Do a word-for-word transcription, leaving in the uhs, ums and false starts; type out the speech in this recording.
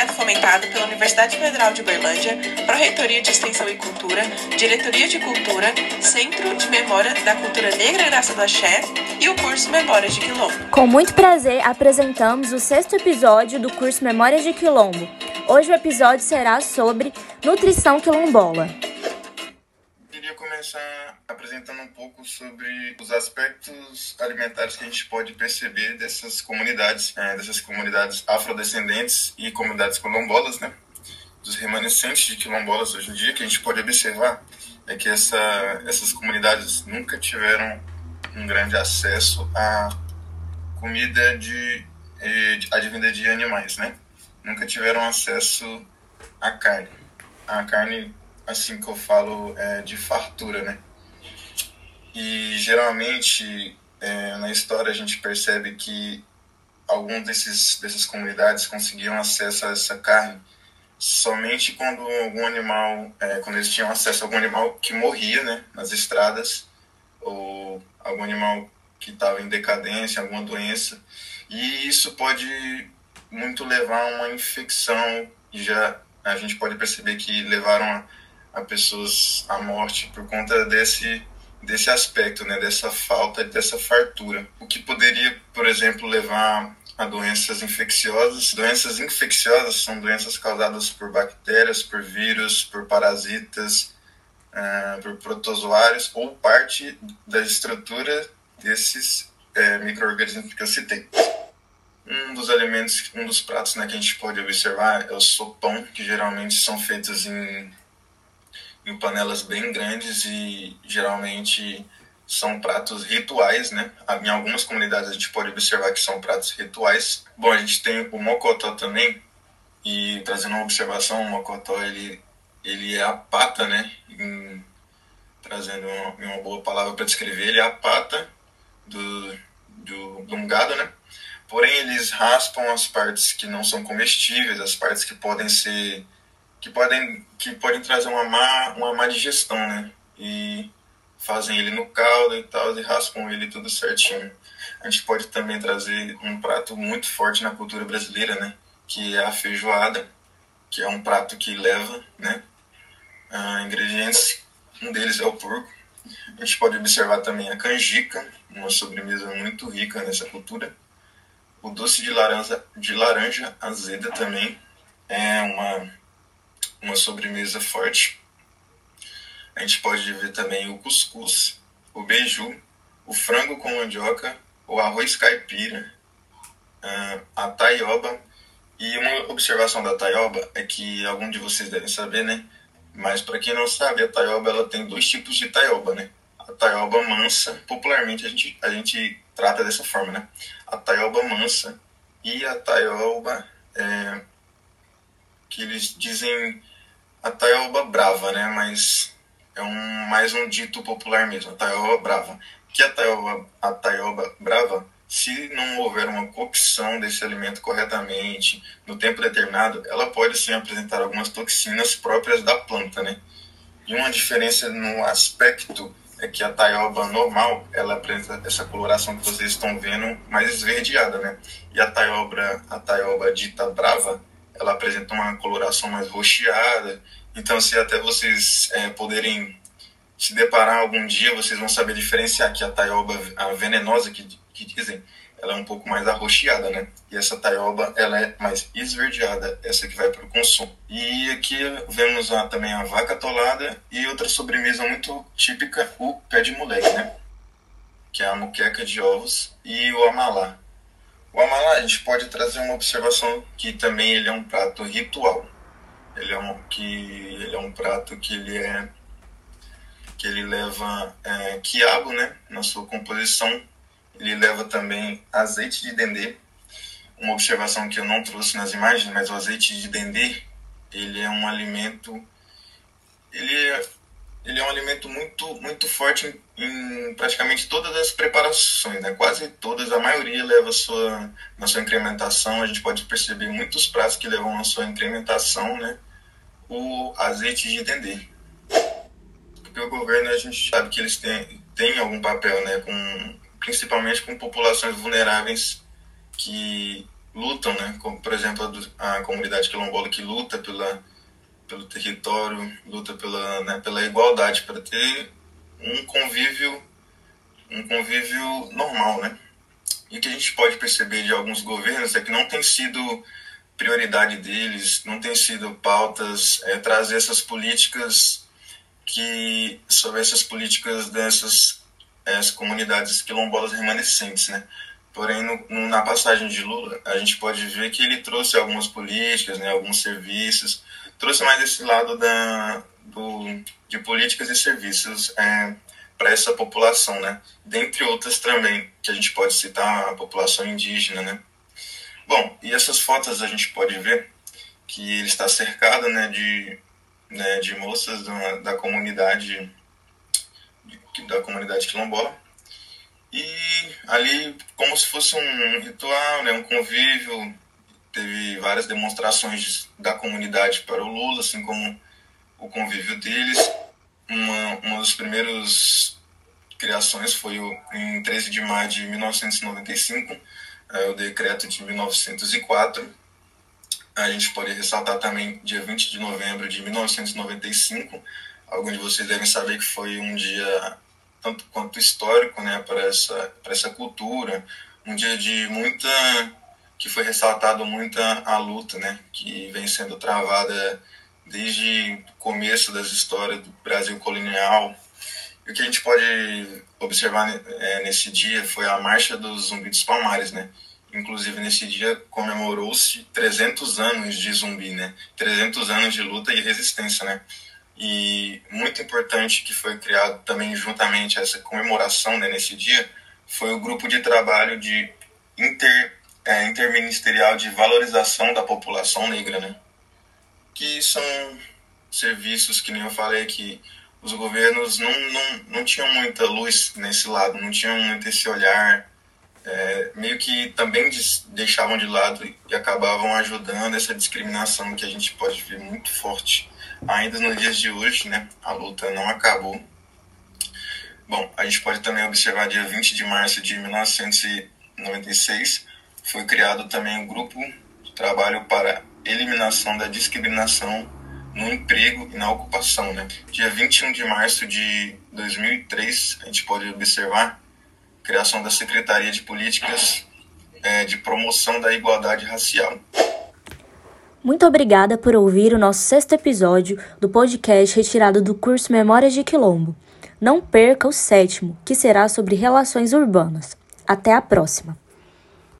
projeto fomentado pela Universidade Federal de Uberlândia, Pró-Reitoria de Extensão e Cultura, Diretoria de Cultura, Centro de Memória da Cultura Negra Graça do Axé e o curso Memórias de Quilombo. Com muito prazer, apresentamos o sexto episódio do curso Memórias de Quilombo. Hoje o episódio será sobre nutrição quilombola. Queria começar apresentando um pouco sobre os aspectos alimentares que a gente pode perceber dessas comunidades, é, dessas comunidades afrodescendentes e comunidades quilombolas, né? Dos remanescentes de quilombolas hoje em dia, que a gente pode observar é que essa, essas comunidades nunca tiveram um grande acesso a comida de, de advinda de animais, né? Nunca tiveram acesso à carne. A carne, assim que eu falo, é de fartura, né? E geralmente, é, na história, a gente percebe que alguns desses, dessas comunidades conseguiam acesso a essa carne somente quando algum animal, é, quando eles tinham acesso a algum animal que morria, né, nas estradas, ou algum animal que estava em decadência, alguma doença. E isso pode muito levar a uma infecção, e já a gente pode perceber que levaram a, a pessoas à morte por conta desse, desse aspecto, né, dessa falta, dessa fartura. O que poderia, por exemplo, levar a doenças infecciosas. Doenças infecciosas são doenças causadas por bactérias, por vírus, por parasitas, uh, por protozoários ou parte da estrutura desses uh, micro-organismos que eu citei. Um dos alimentos, um dos pratos, né, que a gente pode observar é o sopão, que geralmente são feitos em, em panelas bem grandes e geralmente são pratos rituais, né? Em algumas comunidades a gente pode observar que são pratos rituais. Bom, a gente tem o mocotó também, e trazendo uma observação, o mocotó ele, ele é a pata, né? Em, trazendo uma, uma boa palavra para descrever, ele é a pata do, do, do um gado, né? Porém, eles raspam as partes que não são comestíveis, as partes que podem ser, que podem, que podem trazer uma má, uma má digestão, né? E fazem ele no caldo e tal, e raspam ele tudo certinho. A gente pode também trazer um prato muito forte na cultura brasileira, né? Que é a feijoada, que é um prato que leva, né, uh, ingredientes, um deles é o porco. A gente pode observar também a canjica, uma sobremesa muito rica nessa cultura. O doce de laranja, de laranja azeda também é uma, uma sobremesa forte. A gente pode ver também o cuscuz, o beiju, o frango com mandioca, o arroz caipira, a taioba. E uma observação da taioba é que algum de vocês devem saber, né? Mas para quem não sabe, a taioba ela tem dois tipos de taioba, né? A taioba mansa, popularmente a gente, a gente trata dessa forma, né? A taioba mansa e a taioba, é, que eles dizem a taioba brava, né? Mas é um, mais um dito popular mesmo, a taioba brava. Que a taioba, a taioba brava, se não houver uma cocção desse alimento corretamente, no tempo determinado, ela pode sim apresentar algumas toxinas próprias da planta, né? E uma diferença no aspecto é que a taioba normal, ela apresenta essa coloração que vocês estão vendo mais esverdeada, né? E a taioba, a taioba dita brava, ela apresenta uma coloração mais roxeada. Então, se até vocês é, poderem se deparar algum dia, vocês vão saber diferenciar que a taioba, a venenosa que, que dizem, ela é um pouco mais arroxeada, né? E essa taioba, ela é mais esverdeada, essa que vai para o consumo. E aqui vemos a, também a vaca atolada e outra sobremesa muito típica, o pé de moleque, né? Que é a moqueca de ovos e o amalá. O amalá, a gente pode trazer uma observação que também ele é um prato ritual. Ele é um, que, ele é um prato que ele é que ele leva é, quiabo, né, na sua composição. Ele leva também azeite de dendê. Uma observação que eu não trouxe nas imagens, mas o azeite de dendê, ele é um alimento, ele é, ele é um alimento muito, muito forte em, em praticamente todas as preparações, né? Quase todas, a maioria leva sua, na sua incrementação. A gente pode perceber muitos pratos que levam na sua incrementação, né, o azeite de dendê. Porque o governo, a gente sabe que eles têm, têm algum papel, né, com, principalmente com populações vulneráveis que lutam, né? Como, por exemplo, a, a comunidade quilombola que luta pela, pelo território, luta pela, né, pela igualdade, para ter um convívio, um convívio normal, né? E o que a gente pode perceber de alguns governos é que não tem sido prioridade deles, não tem sido pautas, é, trazer essas políticas que, sobre essas políticas dessas essas comunidades quilombolas remanescentes, né? Porém, no, no, na passagem de Lula, a gente pode ver que ele trouxe algumas políticas, né, alguns serviços, trouxe mais esse lado da, do, de políticas e serviços é, para essa população, né? Dentre outras também, que a gente pode citar a população indígena, né? Bom, e essas fotos a gente pode ver que ele está cercado, né, de, né, de moças da, da comunidade da comunidade quilombola, e ali como se fosse um ritual, né, um convívio. Teve várias demonstrações da comunidade para o Lula, assim como o convívio deles. Uma, uma das primeiras criações foi o, em treze de maio de mil novecentos e noventa e cinco, é, o decreto de mil novecentos e quatro. A gente pode ressaltar também dia vinte de novembro de mil novecentos e noventa e cinco. Alguns de vocês devem saber que foi um dia tanto quanto histórico, né, para essa, para essa cultura, um dia de muita, que foi ressaltado muita a luta, né, que vem sendo travada desde o começo das histórias do Brasil colonial. E o que a gente pode observar é, nesse dia foi a Marcha dos Zumbi dos Palmares, né? Inclusive, nesse dia comemorou-se trezentos anos de Zumbi, né? trezentos anos de luta e resistência, né? E muito importante que foi criado também juntamente a essa comemoração, né, nesse dia, foi o grupo de trabalho de inter, é, interministerial de valorização da população negra, né? Que são serviços que nem eu falei que os governos não, não, não tinham muita luz nesse lado, não tinham muito esse olhar, é, meio que também deixavam de lado e acabavam ajudando essa discriminação que a gente pode ver muito forte ainda nos dias de hoje, né? A luta não acabou. Bom, a gente pode também observar dia vinte de março de mil novecentos e noventa e seis, foi criado também um grupo de trabalho para eliminação da discriminação no emprego e na ocupação, né? Dia vinte e um de março de dois mil e três, a gente pode observar a criação da Secretaria de Políticas é, de Promoção da Igualdade Racial. Muito obrigada por ouvir o nosso sexto episódio do podcast retirado do curso Memórias de Quilombo. Não perca o sétimo, que será sobre relações urbanas. Até a próxima!